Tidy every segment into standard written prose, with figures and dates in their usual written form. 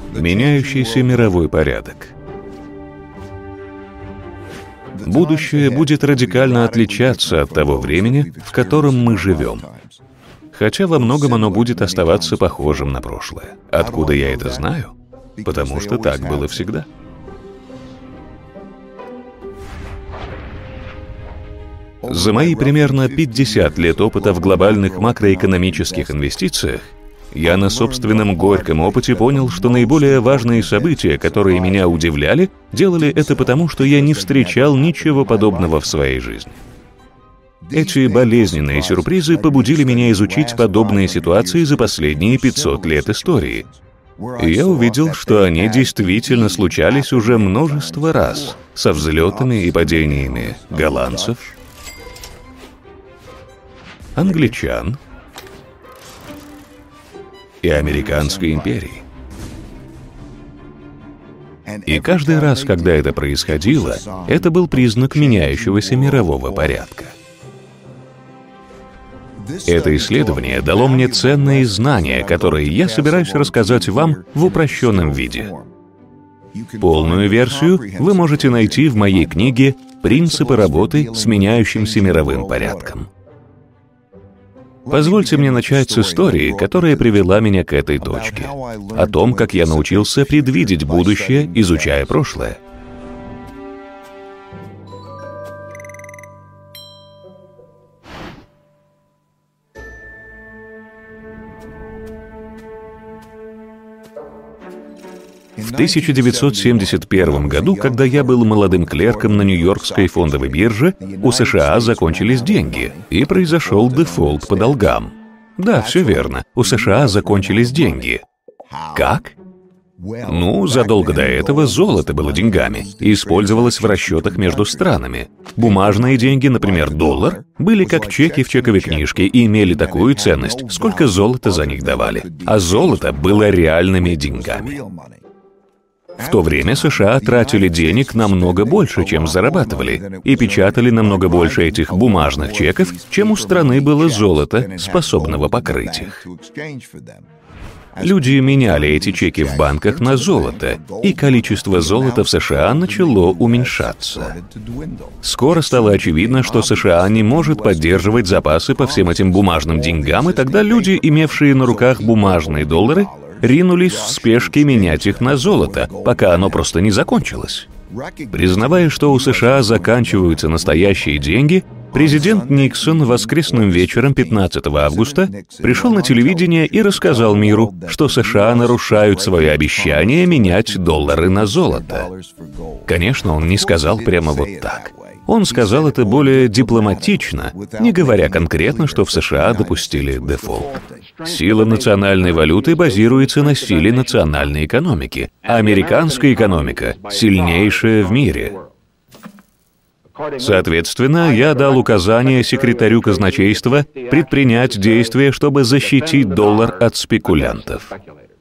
Меняющийся мировой порядок. Будущее будет радикально отличаться от того времени, в котором мы живем. Хотя во многом оно будет оставаться похожим на прошлое. Откуда я это знаю? Потому что так было всегда. За мои примерно 50 лет опыта в глобальных макроэкономических инвестициях я на собственном горьком опыте понял, что наиболее важные события, которые меня удивляли, делали это потому, что я не встречал ничего подобного в своей жизни. Эти болезненные сюрпризы побудили меня изучить подобные ситуации за последние 500 лет истории. И я увидел, что они действительно случались уже множество раз, со взлетами и падениями голландцев, англичан и американской империи. И каждый раз, когда это происходило, это был признак меняющегося мирового порядка. Это исследование дало мне ценные знания, которые я собираюсь рассказать вам в упрощенном виде. Полную версию вы можете найти в моей книге «Принципы работы с меняющимся мировым порядком». Позвольте мне начать с истории, которая привела меня к этой точке. О том, как я научился предвидеть будущее, изучая прошлое. В 1971 году, когда я был молодым клерком на Нью-Йоркской фондовой бирже, у США закончились деньги, и произошел дефолт по долгам. Да, все верно, у США закончились деньги. Как? Ну, задолго до этого золото было деньгами и использовалось в расчетах между странами. Бумажные деньги, например, доллар, были как чеки в чековой книжке и имели такую ценность, сколько золота за них давали. А золото было реальными деньгами. В то время США тратили денег намного больше, чем зарабатывали, и печатали намного больше этих бумажных чеков, чем у страны было золота, способного покрыть их. Люди меняли эти чеки в банках на золото, и количество золота в США начало уменьшаться. Скоро стало очевидно, что США не может поддерживать запасы по всем этим бумажным деньгам, и тогда люди, имевшие на руках бумажные доллары, ринулись в спешке менять их на золото, пока оно просто не закончилось. Признавая, что у США заканчиваются настоящие деньги, президент Никсон воскресным вечером 15 августа пришел на телевидение и рассказал миру, что США нарушают свое обещание менять доллары на золото. Конечно, он не сказал прямо вот так. Он сказал это более дипломатично, не говоря конкретно, что в США допустили дефолт. Сила национальной валюты базируется на силе национальной экономики, а американская экономика сильнейшая в мире. Соответственно, я дал указание секретарю казначейства предпринять действия, чтобы защитить доллар от спекулянтов.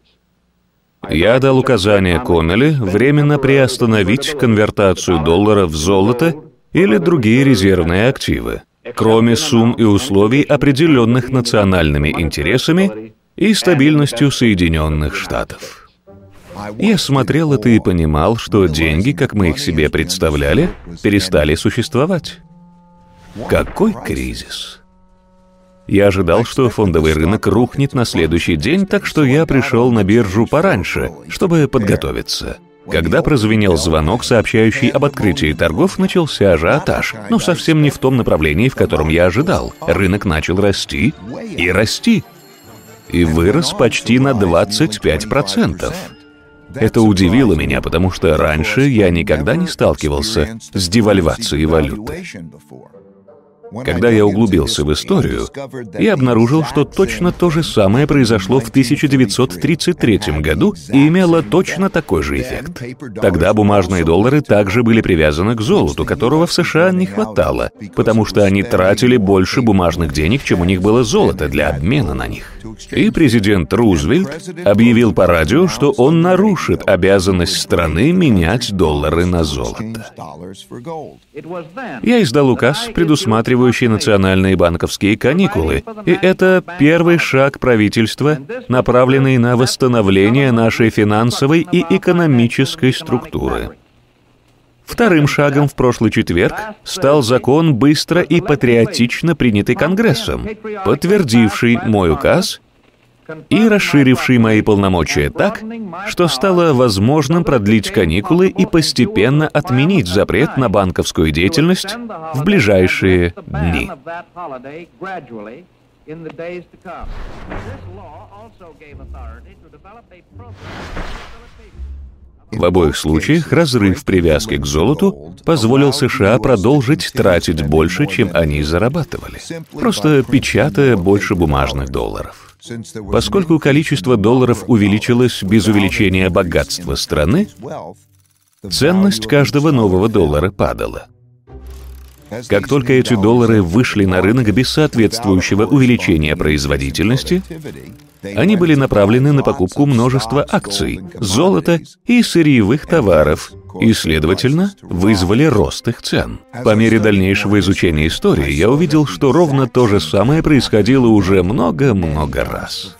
Я дал указание Коннелли временно приостановить конвертацию доллара в золото или другие резервные активы, кроме сумм и условий, определенных национальными интересами и стабильностью Соединенных Штатов. Я смотрел это и понимал, что деньги, как мы их себе представляли, перестали существовать. Какой кризис! Я ожидал, что фондовый рынок рухнет на следующий день, так что я пришел на биржу пораньше, чтобы подготовиться. Когда прозвенел звонок, сообщающий об открытии торгов, начался ажиотаж, но совсем не в том направлении, в котором я ожидал. Рынок начал расти и расти. И вырос почти на 25%. Это удивило меня, потому что раньше я никогда не сталкивался с девальвацией валюты. Когда я углубился в историю, я обнаружил, что точно то же самое произошло в 1933 году и имело точно такой же эффект. Тогда бумажные доллары также были привязаны к золоту, которого в США не хватало, потому что они тратили больше бумажных денег, чем у них было золото для обмена на них. И президент Рузвельт объявил по радио, что он нарушит обязанность страны менять доллары на золото. Я издал указ, предусматривающий усиливающий национальные банковские каникулы, и это первый шаг правительства, направленный на восстановление нашей финансовой и экономической структуры. Вторым шагом в прошлый четверг стал закон, быстро и патриотично принятый Конгрессом, подтвердивший мой указ и расширивший мои полномочия так, что стало возможным продлить каникулы и постепенно отменить запрет на банковскую деятельность в ближайшие дни. В обоих случаях разрыв привязки к золоту позволил США продолжить тратить больше, чем они зарабатывали, просто печатая больше бумажных долларов. Поскольку количество долларов увеличилось без увеличения богатства страны, ценность каждого нового доллара падала. Как только эти доллары вышли на рынок без соответствующего увеличения производительности, они были направлены на покупку множества акций, золота и сырьевых товаров, и, следовательно, вызвали рост их цен. По мере дальнейшего изучения истории я увидел, что ровно то же самое происходило уже много-много раз.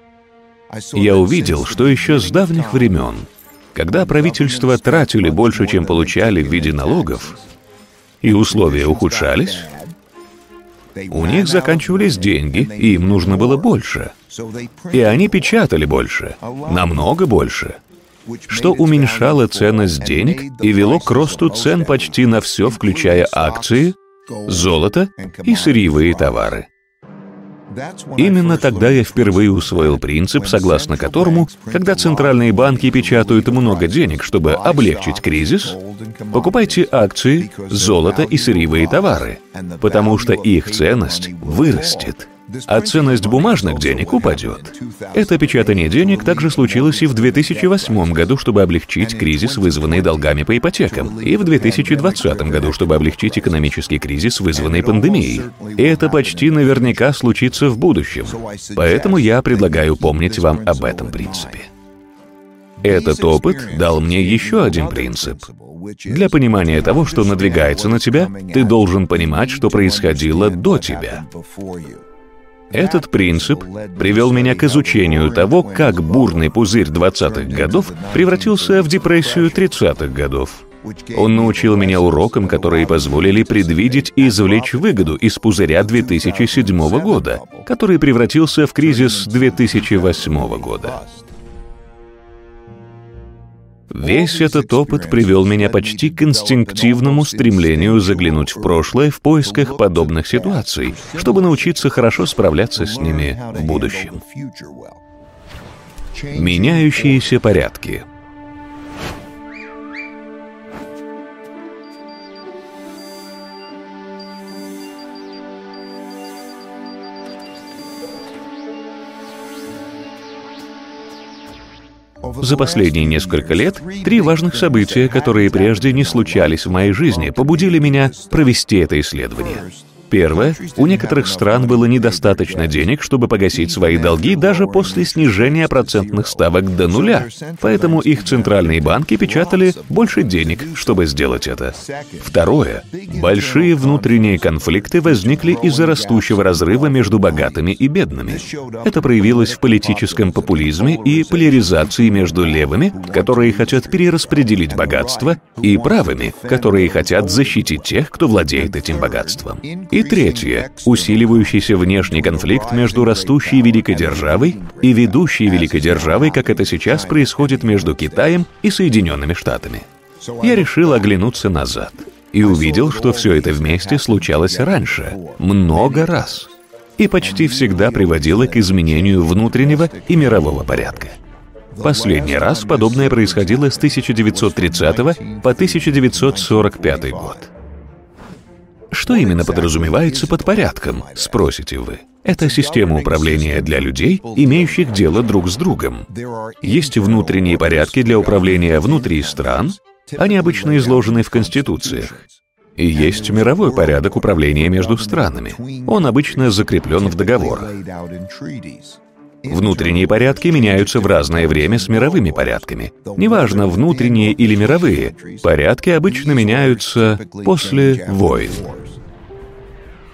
Я увидел, что еще с давних времен, когда правительства тратили больше, чем получали в виде налогов, и условия ухудшались, у них заканчивались деньги, и им нужно было больше. И они печатали больше, намного больше, что уменьшало ценность денег и вело к росту цен почти на все, включая акции, золото и сырьевые товары. Именно тогда я впервые усвоил принцип, согласно которому, когда центральные банки печатают много денег, чтобы облегчить кризис, покупайте акции, золото и сырьевые товары, потому что их ценность вырастет, а ценность бумажных денег упадет. Это печатание денег также случилось и в 2008 году, чтобы облегчить кризис, вызванный долгами по ипотекам, и в 2020 году, чтобы облегчить экономический кризис, вызванный пандемией. И это почти наверняка случится в будущем. Поэтому я предлагаю помнить вам об этом принципе. Этот опыт дал мне еще один принцип. Для понимания того, что надвигается на тебя, ты должен понимать, что происходило до тебя. Этот принцип привел меня к изучению того, как бурный пузырь 20-х годов превратился в депрессию 30-х годов. Он научил меня урокам, которые позволили предвидеть и извлечь выгоду из пузыря 2007 года, который превратился в кризис 2008 года. Весь этот опыт привел меня почти к инстинктивному стремлению заглянуть в прошлое в поисках подобных ситуаций, чтобы научиться хорошо справляться с ними в будущем. Меняющиеся порядки. За последние несколько лет 3 важных события, которые прежде не случались в моей жизни, побудили меня провести это исследование. Первое. У некоторых стран было недостаточно денег, чтобы погасить свои долги даже после снижения процентных ставок до 0, поэтому их центральные банки печатали больше денег, чтобы сделать это. Второе. Большие внутренние конфликты возникли из-за растущего разрыва между богатыми и бедными. Это проявилось в политическом популизме и поляризации между левыми, которые хотят перераспределить богатство, и правыми, которые хотят защитить тех, кто владеет этим богатством. И третье. Усиливающийся внешний конфликт между растущей великой державой и ведущей великой державой, как это сейчас происходит между Китаем и Соединенными Штатами. Я решил оглянуться назад и увидел, что все это вместе случалось раньше, много раз, и почти всегда приводило к изменению внутреннего и мирового порядка. Последний раз подобное происходило с 1930 по 1945 год. Что именно подразумевается под порядком, спросите вы? Это система управления для людей, имеющих дело друг с другом. Есть внутренние порядки для управления внутри стран, они обычно изложены в конституциях. И есть мировой порядок управления между странами. Он обычно закреплен в договорах. Внутренние порядки меняются в разное время с мировыми порядками. Неважно, внутренние или мировые, порядки обычно меняются после войн.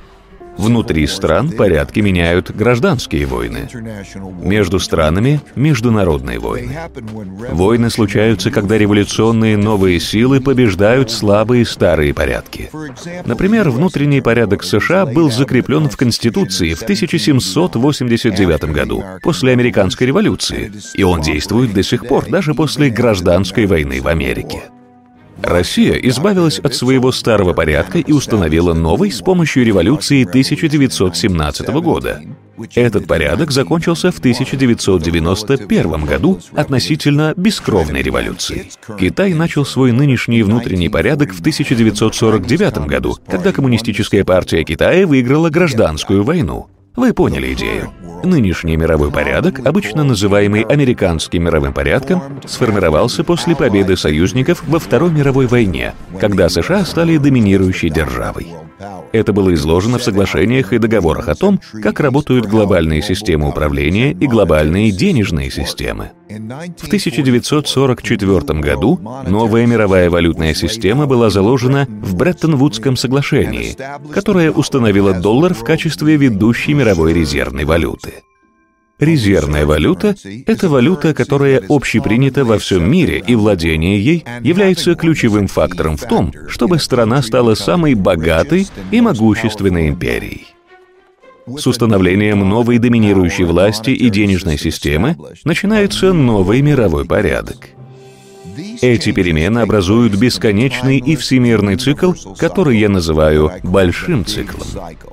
Внутри стран порядки меняют гражданские войны. Между странами – международные войны. Войны случаются, когда революционные новые силы побеждают слабые старые порядки. Например, внутренний порядок США был закреплен в Конституции в 1789 году, после Американской революции, и он действует до сих пор, даже после гражданской войны в Америке. Россия избавилась от своего старого порядка и установила новый с помощью революции 1917 года. Этот порядок закончился в 1991 году относительно бескровной революции. Китай начал свой нынешний внутренний порядок в 1949 году, когда Коммунистическая партия Китая выиграла гражданскую войну. Вы поняли идею. Нынешний мировой порядок, обычно называемый американским мировым порядком, сформировался после победы союзников во Второй мировой войне, когда США стали доминирующей державой. Это было изложено в соглашениях и договорах о том, как работают глобальные системы управления и глобальные денежные системы. В 1944 году новая мировая валютная система была заложена в Бреттон-Вудском соглашении, которое установило доллар в качестве ведущей мировой резервной валюты. Резервная валюта – это валюта, которая общепринята во всем мире, и владение ей является ключевым фактором в том, чтобы страна стала самой богатой и могущественной империей. С установлением новой доминирующей власти и денежной системы начинается новый мировой порядок. Эти перемены образуют бесконечный и всемирный цикл, который я называю большим циклом.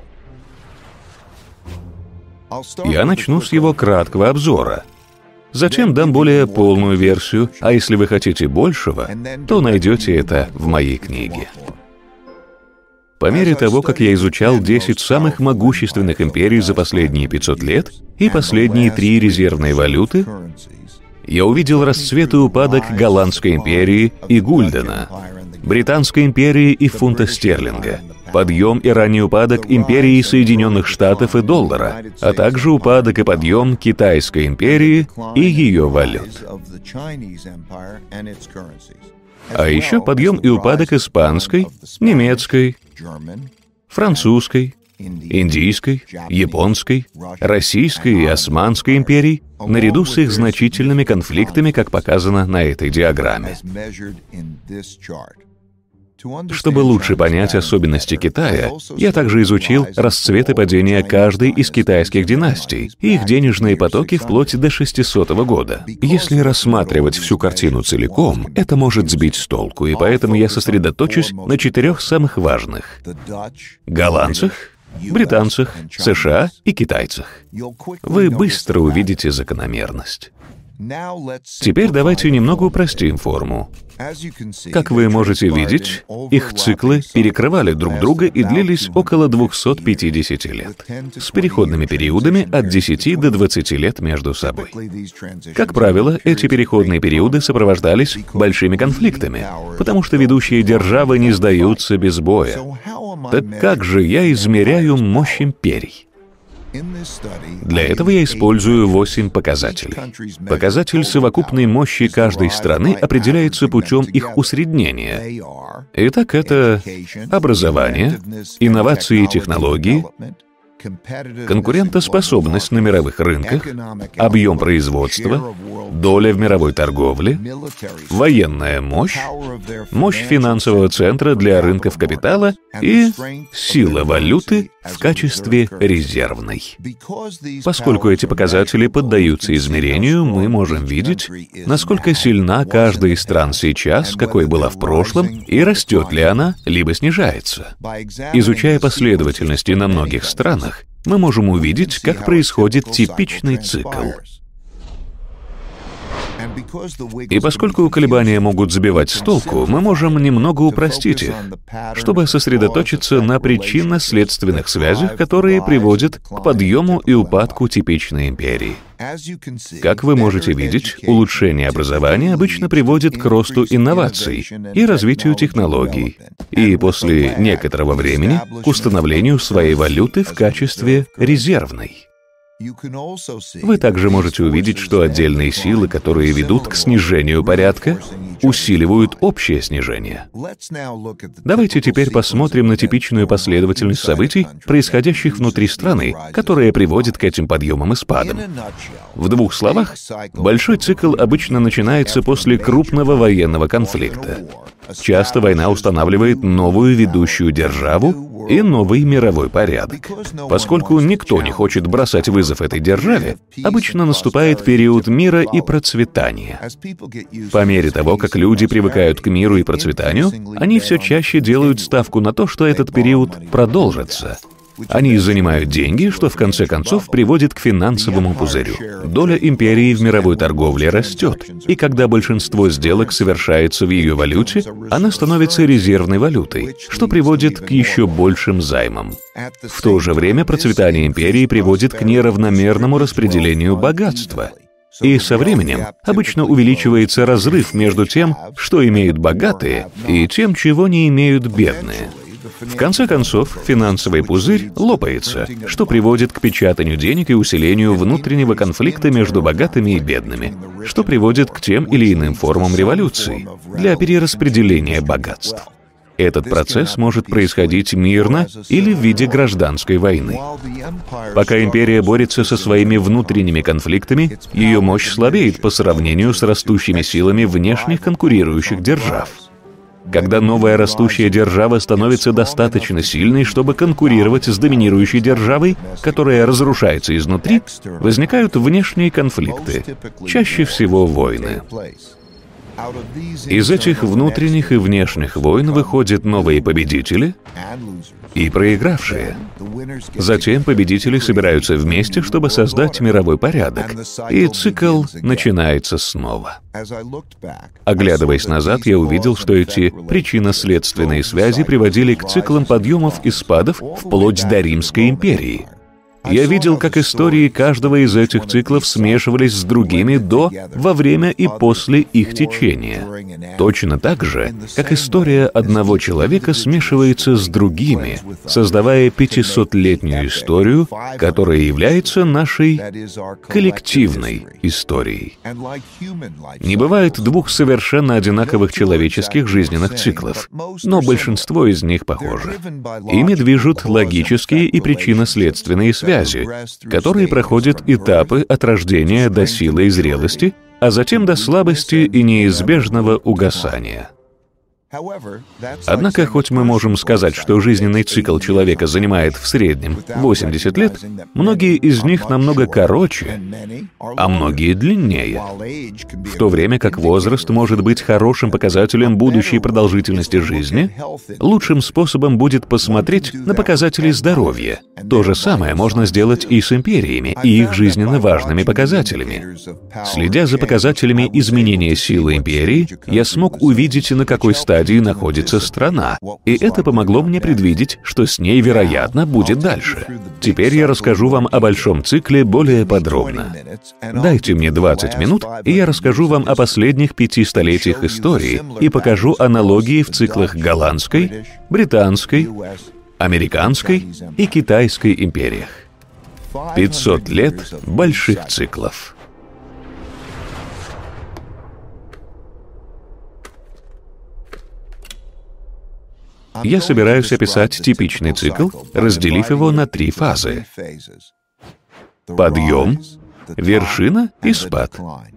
Я начну с его краткого обзора. Затем дам более полную версию, а если вы хотите большего, то найдете это в моей книге. По мере того, как я изучал 10 самых могущественных империй за последние 500 лет и последние 3 резервные валюты, я увидел расцвет и упадок Голландской империи и Гульдена, Британской империи и фунта стерлинга, подъем и ранний упадок империи Соединенных Штатов и доллара, а также упадок и подъем Китайской империи и ее валют. А еще подъем и упадок испанской, немецкой, французской, индийской, японской, российской и османской империй, наряду с их значительными конфликтами, как показано на этой диаграмме. Чтобы лучше понять особенности Китая, я также изучил расцвет и падение каждой из китайских династий и их денежные потоки вплоть до 600 года. Если рассматривать всю картину целиком, это может сбить с толку, и поэтому я сосредоточусь на 4 самых важных – голландцах, британцах, США и китайцах. Вы быстро увидите закономерность. Теперь давайте немного упростим форму. Как вы можете видеть, их циклы перекрывали друг друга и длились около 250 лет, с переходными периодами от 10 до 20 лет между собой. Как правило, эти переходные периоды сопровождались большими конфликтами, потому что ведущие державы не сдаются без боя. Так как же я измеряю мощь империй? Для этого я использую 8 показателей. Показатель совокупной мощи каждой страны определяется путем их усреднения. Итак, это образование, инновации и технологии, конкурентоспособность на мировых рынках, объем производства, доля в мировой торговле, военная мощь, мощь финансового центра для рынков капитала и сила валюты в качестве резервной. Поскольку эти показатели поддаются измерению, мы можем видеть, насколько сильна каждая из стран сейчас, какой была в прошлом, и растет ли она, либо снижается. Изучая последовательности на многих странах, мы можем увидеть, как происходит типичный цикл. И поскольку колебания могут сбивать с толку, мы можем немного упростить их, чтобы сосредоточиться на причинно-следственных связях, которые приводят к подъему и упадку типичной империи. Как вы можете видеть, улучшение образования обычно приводит к росту инноваций и развитию технологий, и после некоторого времени к установлению своей валюты в качестве резервной. Вы также можете увидеть, что отдельные силы, которые ведут к снижению порядка, усиливают общее снижение. Давайте теперь посмотрим на типичную последовательность событий, происходящих внутри страны, которая приводит к этим подъемам и спадам. В двух словах, большой цикл обычно начинается после крупного военного конфликта. Часто война устанавливает новую ведущую державу и новый мировой порядок. Поскольку никто не хочет бросать вызов этой державе, обычно наступает период мира и процветания. По мере того, как люди привыкают к миру и процветанию, они все чаще делают ставку на то, что этот период продолжится. Они занимают деньги, что в конце концов приводит к финансовому пузырю. Доля империи в мировой торговле растет, и когда большинство сделок совершается в ее валюте, она становится резервной валютой, что приводит к еще большим займам. В то же время процветание империи приводит к неравномерному распределению богатства. И со временем обычно увеличивается разрыв между тем, что имеют богатые, и тем, чего не имеют бедные. В конце концов, финансовый пузырь лопается, что приводит к печатанию денег и усилению внутреннего конфликта между богатыми и бедными, что приводит к тем или иным формам революций для перераспределения богатств. Этот процесс может происходить мирно или в виде гражданской войны. Пока империя борется со своими внутренними конфликтами, ее мощь слабеет по сравнению с растущими силами внешних конкурирующих держав. Когда новая растущая держава становится достаточно сильной, чтобы конкурировать с доминирующей державой, которая разрушается изнутри, возникают внешние конфликты, чаще всего войны. Из этих внутренних и внешних войн выходят новые победители и проигравшие. Затем победители собираются вместе, чтобы создать мировой порядок, и цикл начинается снова. Оглядываясь назад, я увидел, что эти причинно-следственные связи приводили к циклам подъемов и спадов вплоть до Римской империи. Я видел, как истории каждого из этих циклов смешивались с другими до, во время и после их течения. Точно так же, как история одного человека смешивается с другими, создавая 500-летнюю историю, которая является нашей коллективной историей. Не бывает двух совершенно одинаковых человеческих жизненных циклов, но большинство из них похожи. Ими движут логические и причинно-следственные связи, которые проходят этапы от рождения до силы и зрелости, а затем до слабости и неизбежного угасания. Однако, хоть мы можем сказать, что жизненный цикл человека занимает в среднем 80 лет, многие из них намного короче, а многие длиннее. В то время как возраст может быть хорошим показателем будущей продолжительности жизни, лучшим способом будет посмотреть на показатели здоровья. То же самое можно сделать и с империями, и их жизненно важными показателями. Следя за показателями изменения силы империи, я смог увидеть, на какой стадии находится страна, и это помогло мне предвидеть, что с ней, вероятно, будет дальше. Теперь я расскажу вам о большом цикле более подробно. Дайте мне 20 минут, и я расскажу вам о последних 5 столетиях истории и покажу аналогии в циклах голландской, британской, американской и китайской империях. 500 лет больших циклов. Я собираюсь описать типичный цикл, разделив его на 3 фазы: подъем, вершина и спад.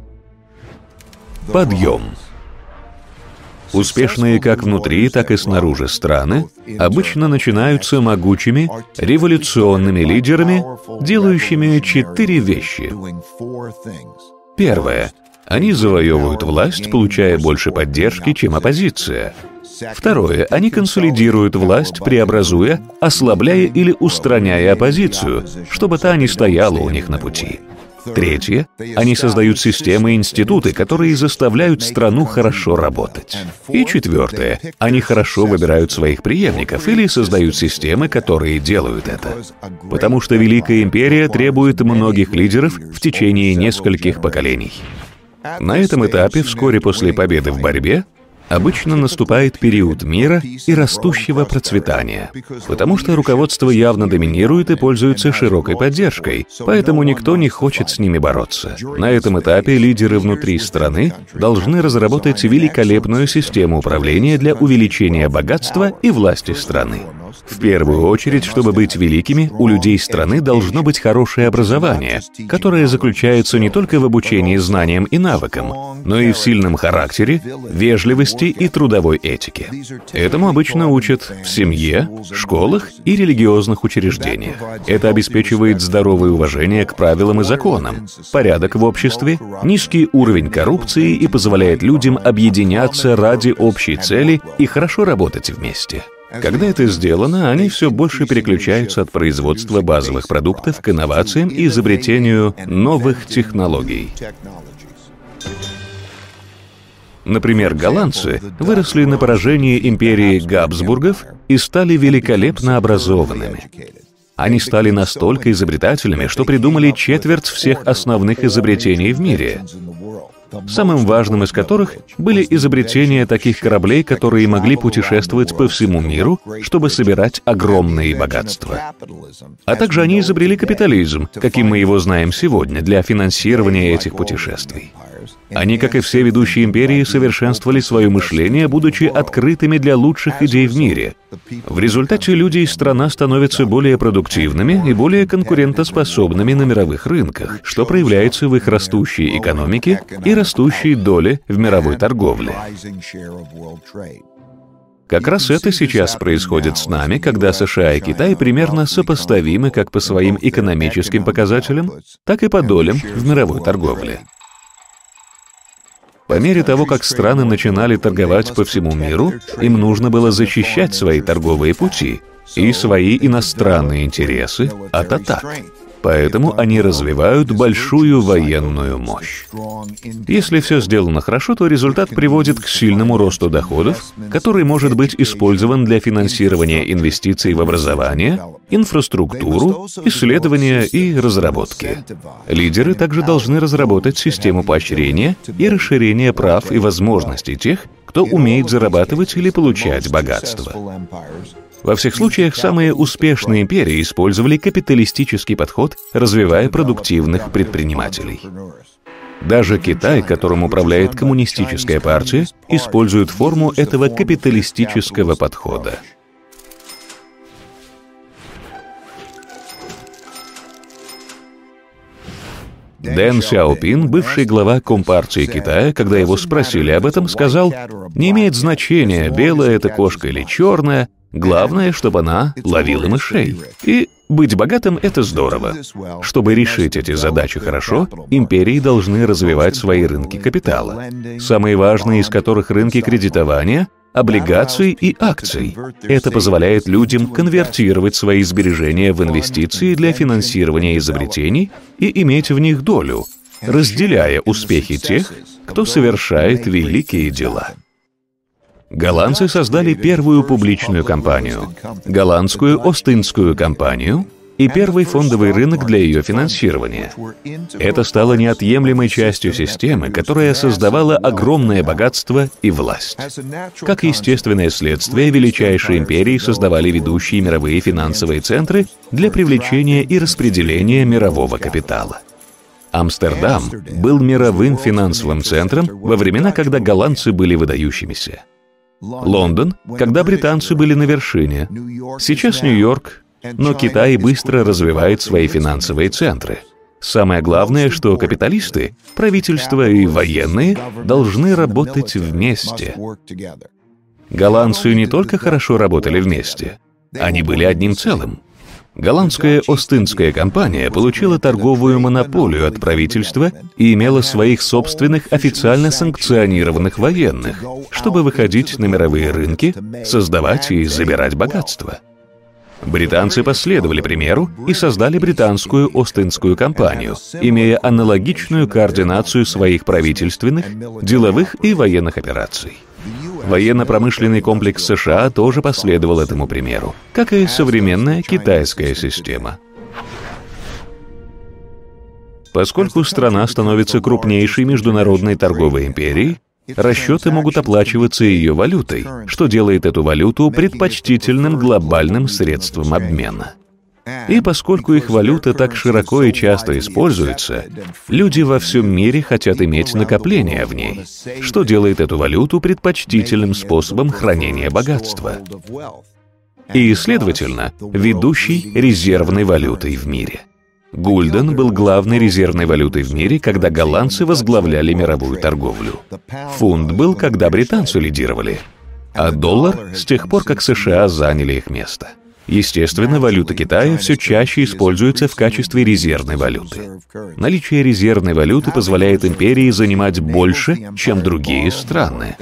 Подъем. Успешные как внутри, так и снаружи страны обычно начинаются могучими, революционными лидерами, делающими 4 вещи. Первое. Они завоевывают власть, получая больше поддержки, чем оппозиция. Второе. Они консолидируют власть, преобразуя, ослабляя или устраняя оппозицию, чтобы та не стояла у них на пути. Третье. Они создают системы и институты, которые заставляют страну хорошо работать. И четвертое. Они хорошо выбирают своих преемников или создают системы, которые делают это. Потому что Великая Империя требует многих лидеров в течение нескольких поколений. На этом этапе, вскоре после победы в борьбе, Обычно наступает период мира и растущего процветания, потому что руководство явно доминирует и пользуется широкой поддержкой, поэтому никто не хочет с ними бороться. На этом этапе лидеры внутри страны должны разработать великолепную систему управления для увеличения богатства и власти страны. В первую очередь, чтобы быть великими, у людей страны должно быть хорошее образование, которое заключается не только в обучении знаниям и навыкам, но и в сильном характере, вежливости и трудовой этике. Этому обычно учат в семье, школах и религиозных учреждениях. Это обеспечивает здоровое уважение к правилам и законам, порядок в обществе, низкий уровень коррупции и позволяет людям объединяться ради общей цели и хорошо работать вместе. Когда это сделано, они все больше переключаются от производства базовых продуктов к инновациям и изобретению новых технологий. Например, голландцы выросли на поражении империи Габсбургов и стали великолепно образованными. Они стали настолько изобретательными, что придумали четверть всех основных изобретений в мире, самым важным из которых были изобретения таких кораблей, которые могли путешествовать по всему миру, чтобы собирать огромные богатства. А также они изобрели капитализм, каким мы его знаем сегодня, для финансирования этих путешествий. Они, как и все ведущие империи, совершенствовали свое мышление, будучи открытыми для лучших идей в мире. В результате люди и страна становятся более продуктивными и более конкурентоспособными на мировых рынках, что проявляется в их растущей экономике и растущей доле в мировой торговле. Как раз это сейчас происходит с нами, когда США и Китай примерно сопоставимы как по своим экономическим показателям, так и по долям в мировой торговле. По мере того, как страны начинали торговать по всему миру, им нужно было защищать свои торговые пути и свои иностранные интересы от атак. Поэтому они развивают большую военную мощь. Если все сделано хорошо, то результат приводит к сильному росту доходов, который может быть использован для финансирования инвестиций в образование, инфраструктуру, исследования и разработки. Лидеры также должны разработать систему поощрения и расширения прав и возможностей тех, кто умеет зарабатывать или получать богатство. Во всех случаях самые успешные империи использовали капиталистический подход, развивая продуктивных предпринимателей. Даже Китай, которым управляет коммунистическая партия, использует форму этого капиталистического подхода. Дэн Сяопин, бывший глава Компартии Китая, когда его спросили об этом, сказал: «Не имеет значения, белая это кошка или черная, главное, чтобы она ловила мышей. И быть богатым — это здорово. Чтобы решить эти задачи хорошо, империи должны развивать свои рынки капитала, самые важные из которых рынки кредитования, облигаций и акций. Это позволяет людям конвертировать свои сбережения в инвестиции для финансирования изобретений и иметь в них долю, разделяя успехи тех, кто совершает великие дела». Голландцы создали первую публичную компанию, голландскую Остинскую компанию, и первый фондовый рынок для ее финансирования. Это стало неотъемлемой частью системы, которая создавала огромное богатство и власть. Как естественное следствие, величайшие империи создавали ведущие мировые финансовые центры для привлечения и распределения мирового капитала. Амстердам был мировым финансовым центром во времена, когда голландцы были выдающимися. Лондон, когда британцы были на вершине. Сейчас Нью-Йорк, но Китай быстро развивает свои финансовые центры. Самое главное, что капиталисты, правительство и военные должны работать вместе. Голландцы не только хорошо работали вместе, они были одним целым. Голландская Остинская компания получила торговую монополию от правительства и имела своих собственных официально санкционированных военных, чтобы выходить на мировые рынки, создавать и забирать богатство. Британцы последовали примеру и создали британскую Остинскую компанию, имея аналогичную координацию своих правительственных, деловых и военных операций. Военно-промышленный комплекс США тоже последовал этому примеру, как и современная китайская система. Поскольку страна становится крупнейшей международной торговой империей, Расчеты могут оплачиваться ее валютой, что делает эту валюту предпочтительным глобальным средством обмена. И поскольку их валюта так широко и часто используется, люди во всем мире хотят иметь накопления в ней, что делает эту валюту предпочтительным способом хранения богатства. И, следовательно, ведущей резервной валютой в мире. Гульден был главной резервной валютой в мире, когда голландцы возглавляли мировую торговлю. Фунт был, когда британцы лидировали, а доллар с тех пор, как США заняли их место. Естественно, валюта Китая все чаще используется в качестве резервной валюты. Наличие резервной валюты позволяет империи занимать больше, чем другие страны.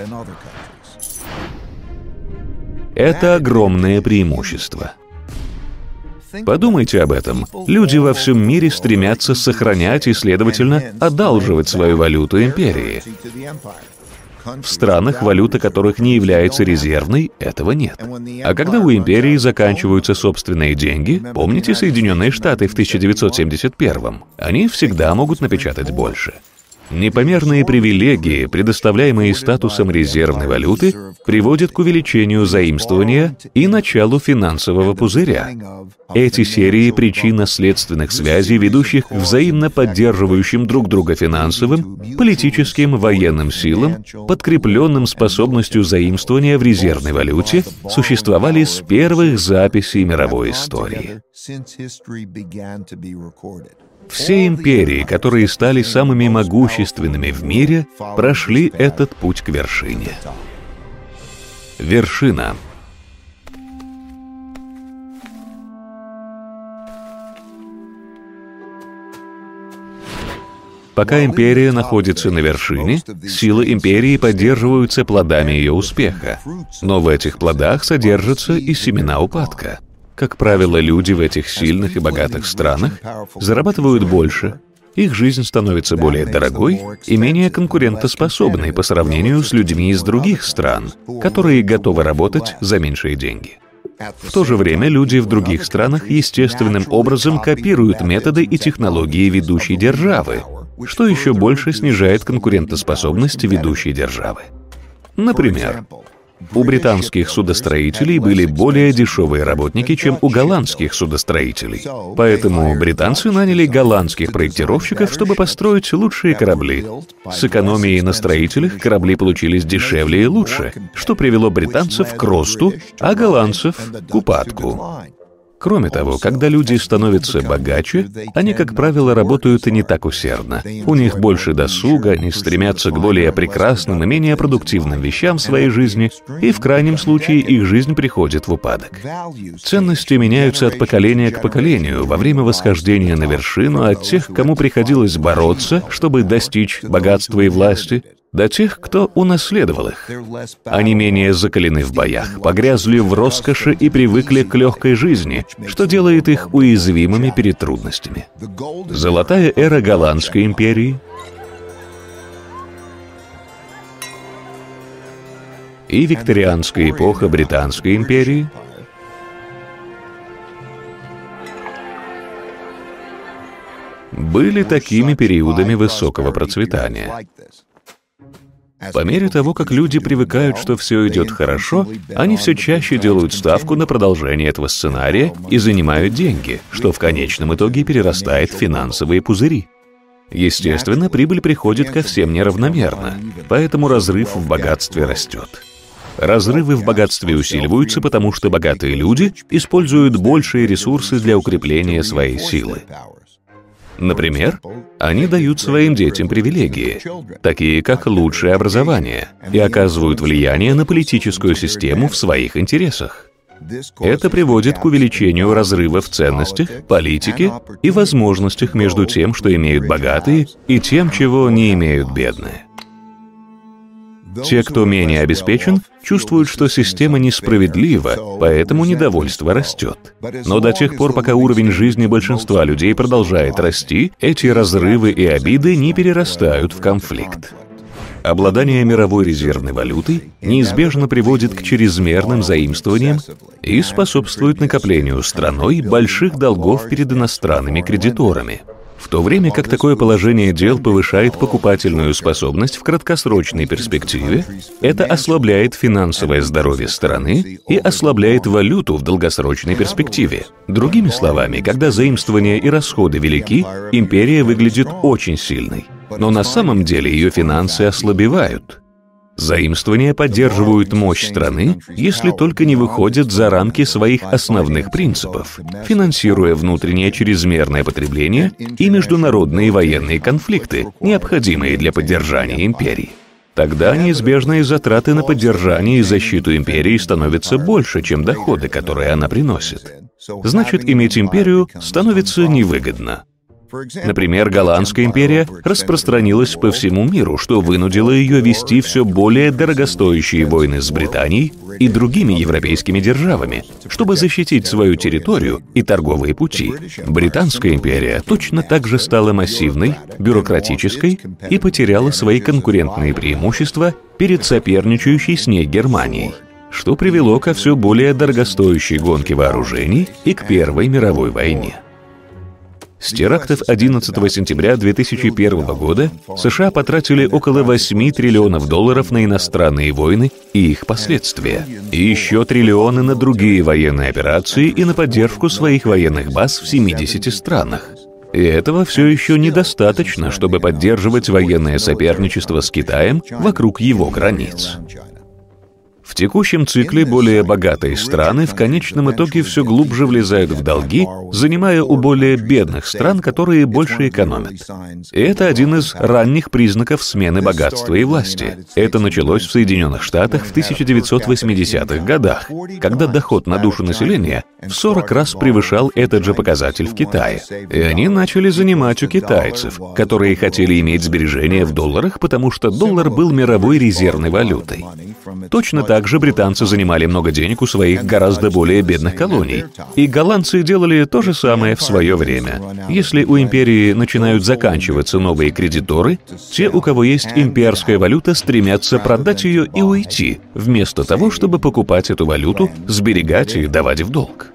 Это огромное преимущество. Подумайте об этом. Люди во всем мире стремятся сохранять и, следовательно, одалживать свою валюту империи. В странах, валюта которых не является резервной, этого нет. А когда у империи заканчиваются собственные деньги, помните Соединенные Штаты в 1971-м? Они всегда могут напечатать больше. Непомерные привилегии, предоставляемые статусом резервной валюты, приводят к увеличению заимствования и началу финансового пузыря. Эти серии причинно-следственных связей, ведущих к взаимно поддерживающим друг друга финансовым, политическим, военным силам, подкрепленным способностью заимствования в резервной валюте, существовали с первых записей мировой истории. Все империи, которые стали самыми могущественными в мире, прошли этот путь к вершине. Вершина. Пока империя находится на вершине, силы империи поддерживаются плодами ее успеха. Но в этих плодах содержатся и семена упадка. Как правило, люди в этих сильных и богатых странах зарабатывают больше, их жизнь становится более дорогой и менее конкурентоспособной по сравнению с людьми из других стран, которые готовы работать за меньшие деньги. В то же время люди в других странах естественным образом копируют методы и технологии ведущей державы, что еще больше снижает конкурентоспособность ведущей державы. Например, у британских судостроителей были более дешевые работники, чем у голландских судостроителей. Поэтому британцы наняли голландских проектировщиков, чтобы построить лучшие корабли. С экономией на строителях корабли получились дешевле и лучше, что привело британцев к росту, а голландцев — к упадку. Кроме того, когда люди становятся богаче, они, как правило, работают не так усердно. У них больше досуга, они стремятся к более прекрасным и менее продуктивным вещам в своей жизни, и в крайнем случае их жизнь приходит в упадок. Ценности меняются от поколения к поколению во время восхождения на вершину от тех, кому приходилось бороться, чтобы достичь богатства и власти, до тех, кто унаследовал их. Они менее закалены в боях, погрязли в роскоши и привыкли к легкой жизни, что делает их уязвимыми перед трудностями. Золотая эра Голландской империи и викторианская эпоха Британской империи были такими периодами высокого процветания. По мере того, как люди привыкают, что все идет хорошо, они все чаще делают ставку на продолжение этого сценария и занимают деньги, что в конечном итоге перерастает в финансовые пузыри. Естественно, прибыль приходит ко всем неравномерно, поэтому разрыв в богатстве растет. Разрывы в богатстве усиливаются, потому что богатые люди используют большие ресурсы для укрепления своей силы. Например, они дают своим детям привилегии, такие как лучшее образование, и оказывают влияние на политическую систему в своих интересах. Это приводит к увеличению разрыва в ценностях, политике и возможностях между тем, что имеют богатые, и тем, чего не имеют бедные. Те, кто менее обеспечен, чувствуют, что система несправедлива, поэтому недовольство растет. Но до тех пор, пока уровень жизни большинства людей продолжает расти, эти разрывы и обиды не перерастают в конфликт. Обладание мировой резервной валютой неизбежно приводит к чрезмерным заимствованиям и способствует накоплению страной больших долгов перед иностранными кредиторами. В то время как такое положение дел повышает покупательную способность в краткосрочной перспективе, это ослабляет финансовое здоровье страны и ослабляет валюту в долгосрочной перспективе. Другими словами, когда заимствования и расходы велики, империя выглядит очень сильной, но на самом деле ее финансы ослабевают. Заимствования поддерживают мощь страны, если только не выходят за рамки своих основных принципов, финансируя внутреннее чрезмерное потребление и международные военные конфликты, необходимые для поддержания империи. Тогда неизбежные затраты на поддержание и защиту империи становятся больше, чем доходы, которые она приносит. Значит, иметь империю становится невыгодно. Например, Голландская империя распространилась по всему миру, что вынудило ее вести все более дорогостоящие войны с Британией и другими европейскими державами, чтобы защитить свою территорию и торговые пути. Британская империя точно так же стала массивной, бюрократической и потеряла свои конкурентные преимущества перед соперничающей с ней Германией, что привело ко все более дорогостоящей гонке вооружений и к Первой мировой войне. С терактов 11 сентября 2001 года США потратили около $8 триллионов на иностранные войны и их последствия, и еще триллионы на другие военные операции и на поддержку своих военных баз в 70 странах. И этого все еще недостаточно, чтобы поддерживать военное соперничество с Китаем вокруг его границ. В текущем цикле более богатые страны в конечном итоге все глубже влезают в долги, занимая у более бедных стран, которые больше экономят. И это один из ранних признаков смены богатства и власти. Это началось в Соединенных Штатах в 1980-х годах, когда доход на душу населения в 40 раз превышал этот же показатель в Китае. И они начали занимать у китайцев, которые хотели иметь сбережения в долларах, потому что доллар был мировой резервной валютой. Точно так же британцы занимали много денег у своих гораздо более бедных колоний. И голландцы делали то же самое в свое время. Если у империи начинают заканчиваться новые кредиторы, те, у кого есть имперская валюта, стремятся продать ее и уйти, вместо того, чтобы покупать эту валюту, сберегать и давать в долг.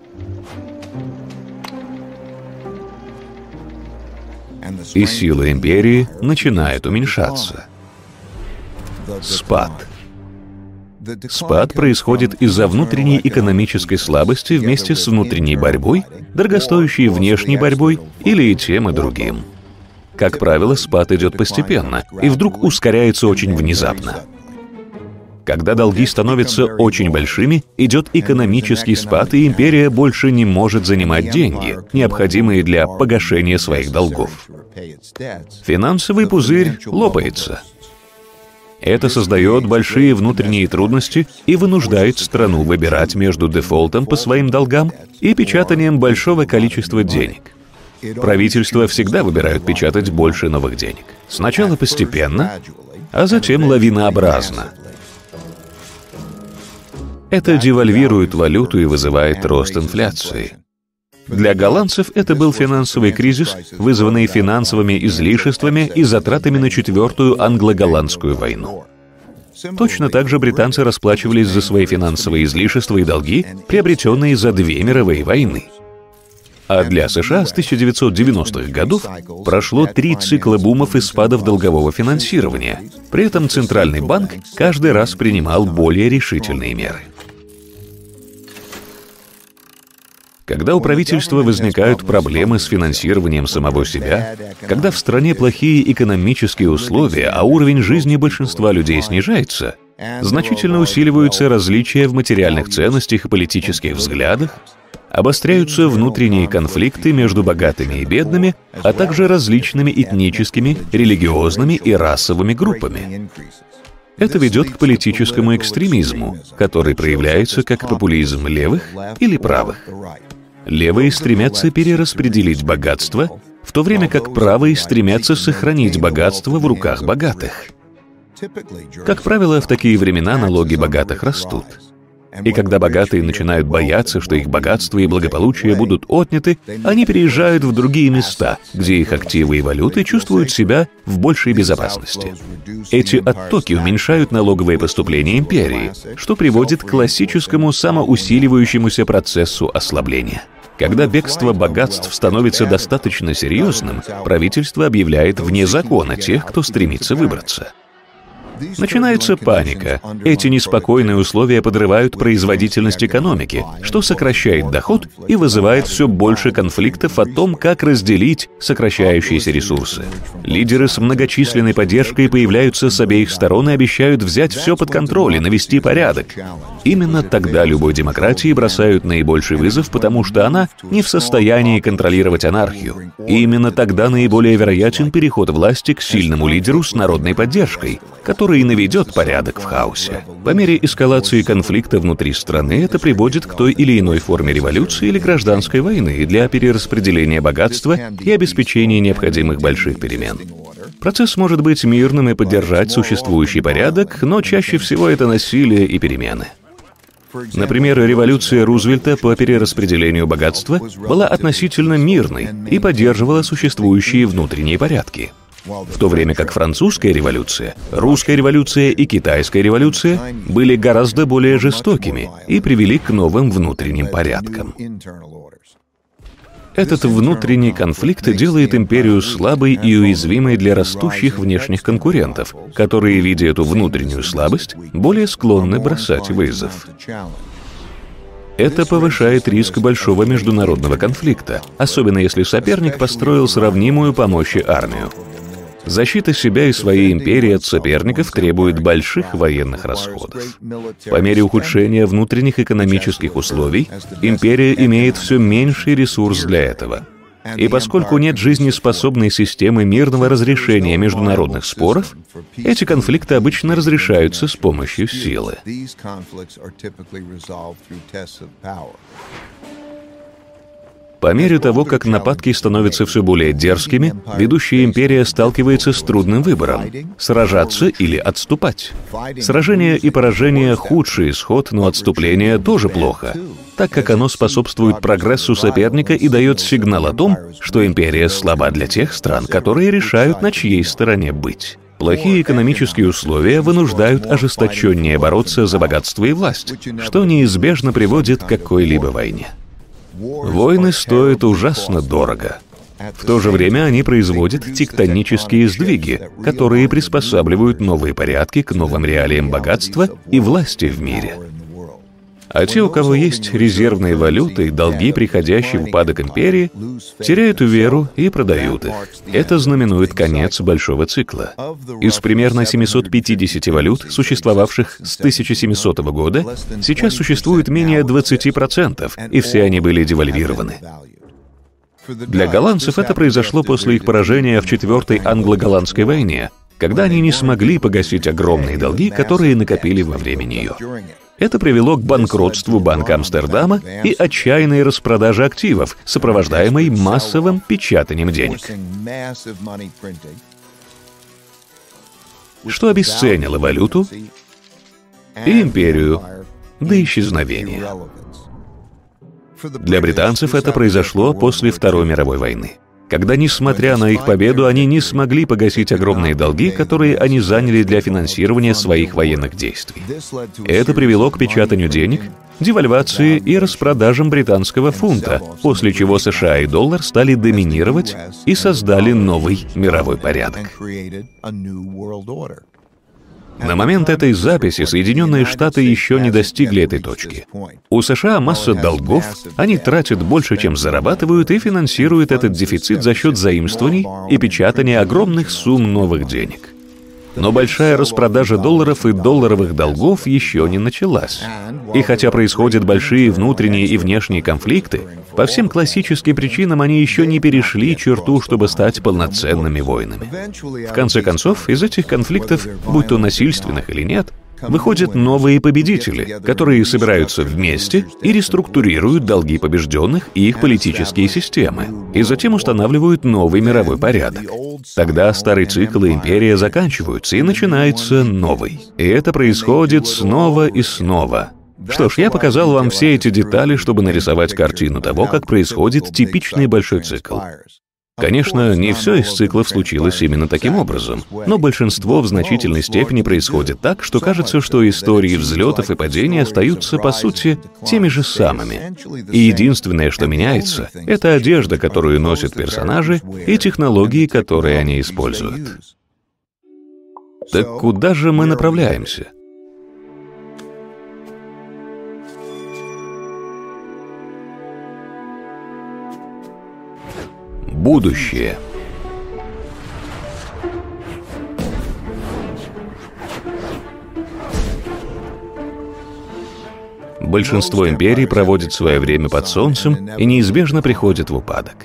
И сила империи начинает уменьшаться. Спад. Спад происходит из-за внутренней экономической слабости вместе с внутренней борьбой, дорогостоящей внешней борьбой или и тем, и другим. Как правило, спад идет постепенно и вдруг ускоряется очень внезапно. Когда долги становятся очень большими, идет экономический спад, и империя больше не может занимать деньги, необходимые для погашения своих долгов. Финансовый пузырь лопается. Это создает большие внутренние трудности и вынуждает страну выбирать между дефолтом по своим долгам и печатанием большого количества денег. Правительства всегда выбирают печатать больше новых денег. Сначала постепенно, а затем лавинообразно. Это девальвирует валюту и вызывает рост инфляции. Для голландцев это был финансовый кризис, вызванный финансовыми излишествами и затратами на Четвертую англо-голландскую войну. Точно так же британцы расплачивались за свои финансовые излишества и долги, приобретенные за 2 мировые войны. А для США с 1990-х годов прошло 3 цикла бумов и спадов долгового финансирования. При этом Центральный банк каждый раз принимал более решительные меры. Когда у правительства возникают проблемы с финансированием самого себя, когда в стране плохие экономические условия, а уровень жизни большинства людей снижается, значительно усиливаются различия в материальных ценностях и политических взглядах, обостряются внутренние конфликты между богатыми и бедными, а также различными этническими, религиозными и расовыми группами. Это ведет к политическому экстремизму, который проявляется как популизм левых или правых. Левые стремятся перераспределить богатство, в то время как правые стремятся сохранить богатство в руках богатых. Как правило, в такие времена налоги богатых растут. И когда богатые начинают бояться, что их богатство и благополучие будут отняты, они переезжают в другие места, где их активы и валюты чувствуют себя в большей безопасности. Эти оттоки уменьшают налоговые поступления империи, что приводит к классическому самоусиливающемуся процессу ослабления. Когда бегство богатств становится достаточно серьезным, правительство объявляет вне закона тех, кто стремится выбраться. Начинается паника. Эти неспокойные условия подрывают производительность экономики, что сокращает доход и вызывает все больше конфликтов о том, как разделить сокращающиеся ресурсы. Лидеры с многочисленной поддержкой появляются с обеих сторон и обещают взять все под контроль и навести порядок. Именно тогда любой демократии бросают наибольший вызов, потому что она не в состоянии контролировать анархию. И именно тогда наиболее вероятен переход власти к сильному лидеру с народной поддержкой, который и наведет порядок в хаосе. По мере эскалации конфликта внутри страны это приводит к той или иной форме революции или гражданской войны для перераспределения богатства и обеспечения необходимых больших перемен. Процесс может быть мирным и поддержать существующий порядок, но чаще всего это насилие и перемены. Например, революция Рузвельта по перераспределению богатства была относительно мирной и поддерживала существующие внутренние порядки. В то время как французская революция, русская революция и китайская революция были гораздо более жестокими и привели к новым внутренним порядкам. Этот внутренний конфликт делает империю слабой и уязвимой для растущих внешних конкурентов, которые, видя эту внутреннюю слабость, более склонны бросать вызов. Это повышает риск большого международного конфликта, особенно если соперник построил сравнимую по мощи армию. Защита себя и своей империи от соперников требует больших военных расходов. По мере ухудшения внутренних экономических условий, империя имеет все меньший ресурс для этого. И поскольку нет жизнеспособной системы мирного разрешения международных споров, эти конфликты обычно разрешаются с помощью силы. По мере того, как нападки становятся все более дерзкими, ведущая империя сталкивается с трудным выбором – сражаться или отступать. Сражение и поражение – худший исход, но отступление тоже плохо, так как оно способствует прогрессу соперника и дает сигнал о том, что империя слаба для тех стран, которые решают, на чьей стороне быть. Плохие экономические условия вынуждают ожесточеннее бороться за богатство и власть, что неизбежно приводит к какой-либо войне. Войны стоят ужасно дорого. В то же время они производят тектонические сдвиги, которые приспосабливают новые порядки к новым реалиям богатства и власти в мире. А те, у кого есть резервные валюты и долги, приходящие в упадок империи, теряют веру и продают их. Это знаменует конец большого цикла. Из примерно 750 валют, существовавших с 1700 года, сейчас существует менее 20%, и все они были девальвированы. Для голландцев это произошло после их поражения в Четвертой англо-голландской войне, когда они не смогли погасить огромные долги, которые накопили во время нее. Это привело к банкротству Банка Амстердама и отчаянной распродаже активов, сопровождаемой массовым печатанием денег, что обесценило валюту и империю до исчезновения. Для британцев это произошло после Второй мировой войны, когда, несмотря на их победу, они не смогли погасить огромные долги, которые они заняли для финансирования своих военных действий. Это привело к печатанию денег, девальвации и распродажам британского фунта, после чего США и доллар стали доминировать и создали новый мировой порядок. На момент этой записи Соединенные Штаты еще не достигли этой точки. У США масса долгов, они тратят больше, чем зарабатывают, и финансируют этот дефицит за счет заимствований и печатания огромных сумм новых денег. Но большая распродажа долларов и долларовых долгов еще не началась. И хотя происходят большие внутренние и внешние конфликты, по всем классическим причинам они еще не перешли черту, чтобы стать полноценными войнами. В конце концов, из этих конфликтов, будь то насильственных или нет, выходят новые победители, которые собираются вместе и реструктурируют долги побежденных и их политические системы, и затем устанавливают новый мировой порядок. Тогда старый цикл и империя заканчиваются, и начинается новый. И это происходит снова и снова. Что ж, я показал вам все эти детали, чтобы нарисовать картину того, как происходит типичный большой цикл. Конечно, не все из циклов случилось именно таким образом, но большинство в значительной степени происходит так, что кажется, что истории взлетов и падений остаются, по сути, теми же самыми. И единственное, что меняется, это одежда, которую носят персонажи, и технологии, которые они используют. Так куда же мы направляемся? Будущее. Большинство империй проводит свое время под солнцем и неизбежно приходит в упадок.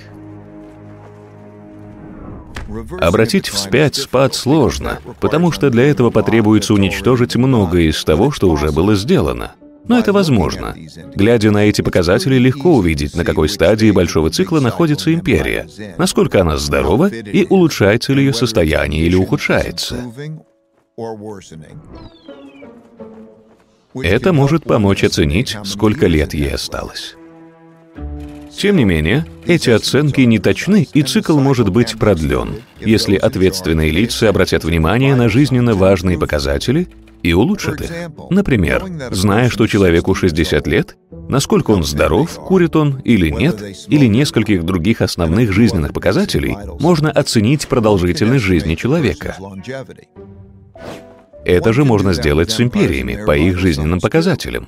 Обратить вспять спад сложно, потому что для этого потребуется уничтожить многое из того, что уже было сделано. Но это возможно. Глядя на эти показатели, легко увидеть, на какой стадии большого цикла находится империя, насколько она здорова и улучшается ли ее состояние или ухудшается. Это может помочь оценить, сколько лет ей осталось. Тем не менее, эти оценки не точны, и цикл может быть продлен, если ответственные лица обратят внимание на жизненно важные показатели и улучшат их. Например, зная, что человеку 60 лет, насколько он здоров, курит он или нет, или нескольких других основных жизненных показателей, можно оценить продолжительность жизни человека. Это же можно сделать с империями по их жизненным показателям.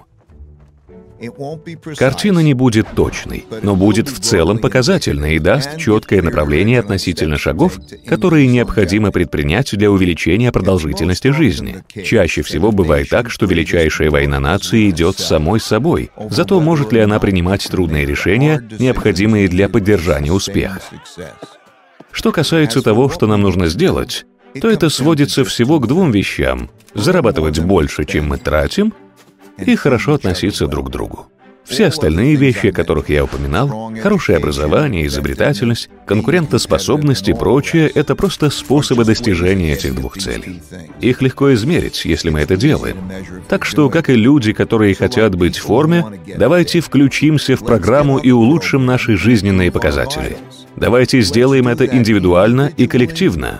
Картина не будет точной, но будет в целом показательной и даст четкое направление относительно шагов, которые необходимо предпринять для увеличения продолжительности жизни. Чаще всего бывает так, что величайшая война нации идет самой собой, зато может ли она принимать трудные решения, необходимые для поддержания успеха. Что касается того, что нам нужно сделать, то это сводится всего к двум вещам: зарабатывать больше, чем мы тратим, и хорошо относиться друг к другу. Все остальные вещи, о которых я упоминал, хорошее образование, изобретательность, конкурентоспособность и прочее, это просто способы достижения этих двух целей. Их легко измерить, если мы это делаем. Так что, как и люди, которые хотят быть в форме, давайте включимся в программу и улучшим наши жизненные показатели. Давайте сделаем это индивидуально и коллективно.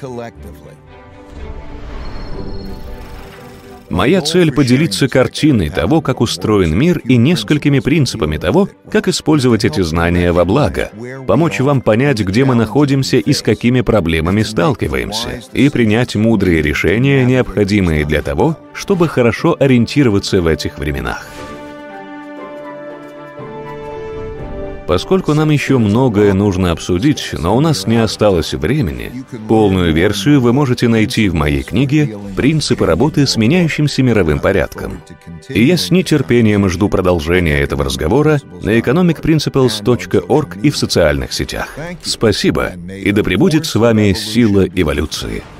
Моя цель — поделиться картиной того, как устроен мир, и несколькими принципами того, как использовать эти знания во благо, помочь вам понять, где мы находимся и с какими проблемами сталкиваемся, и принять мудрые решения, необходимые для того, чтобы хорошо ориентироваться в этих временах. Поскольку нам еще многое нужно обсудить, но у нас не осталось времени, полную версию вы можете найти в моей книге «Принципы работы с меняющимся мировым порядком». И я с нетерпением жду продолжения этого разговора на economicprinciples.org и в социальных сетях. Спасибо, и да пребудет с вами сила эволюции.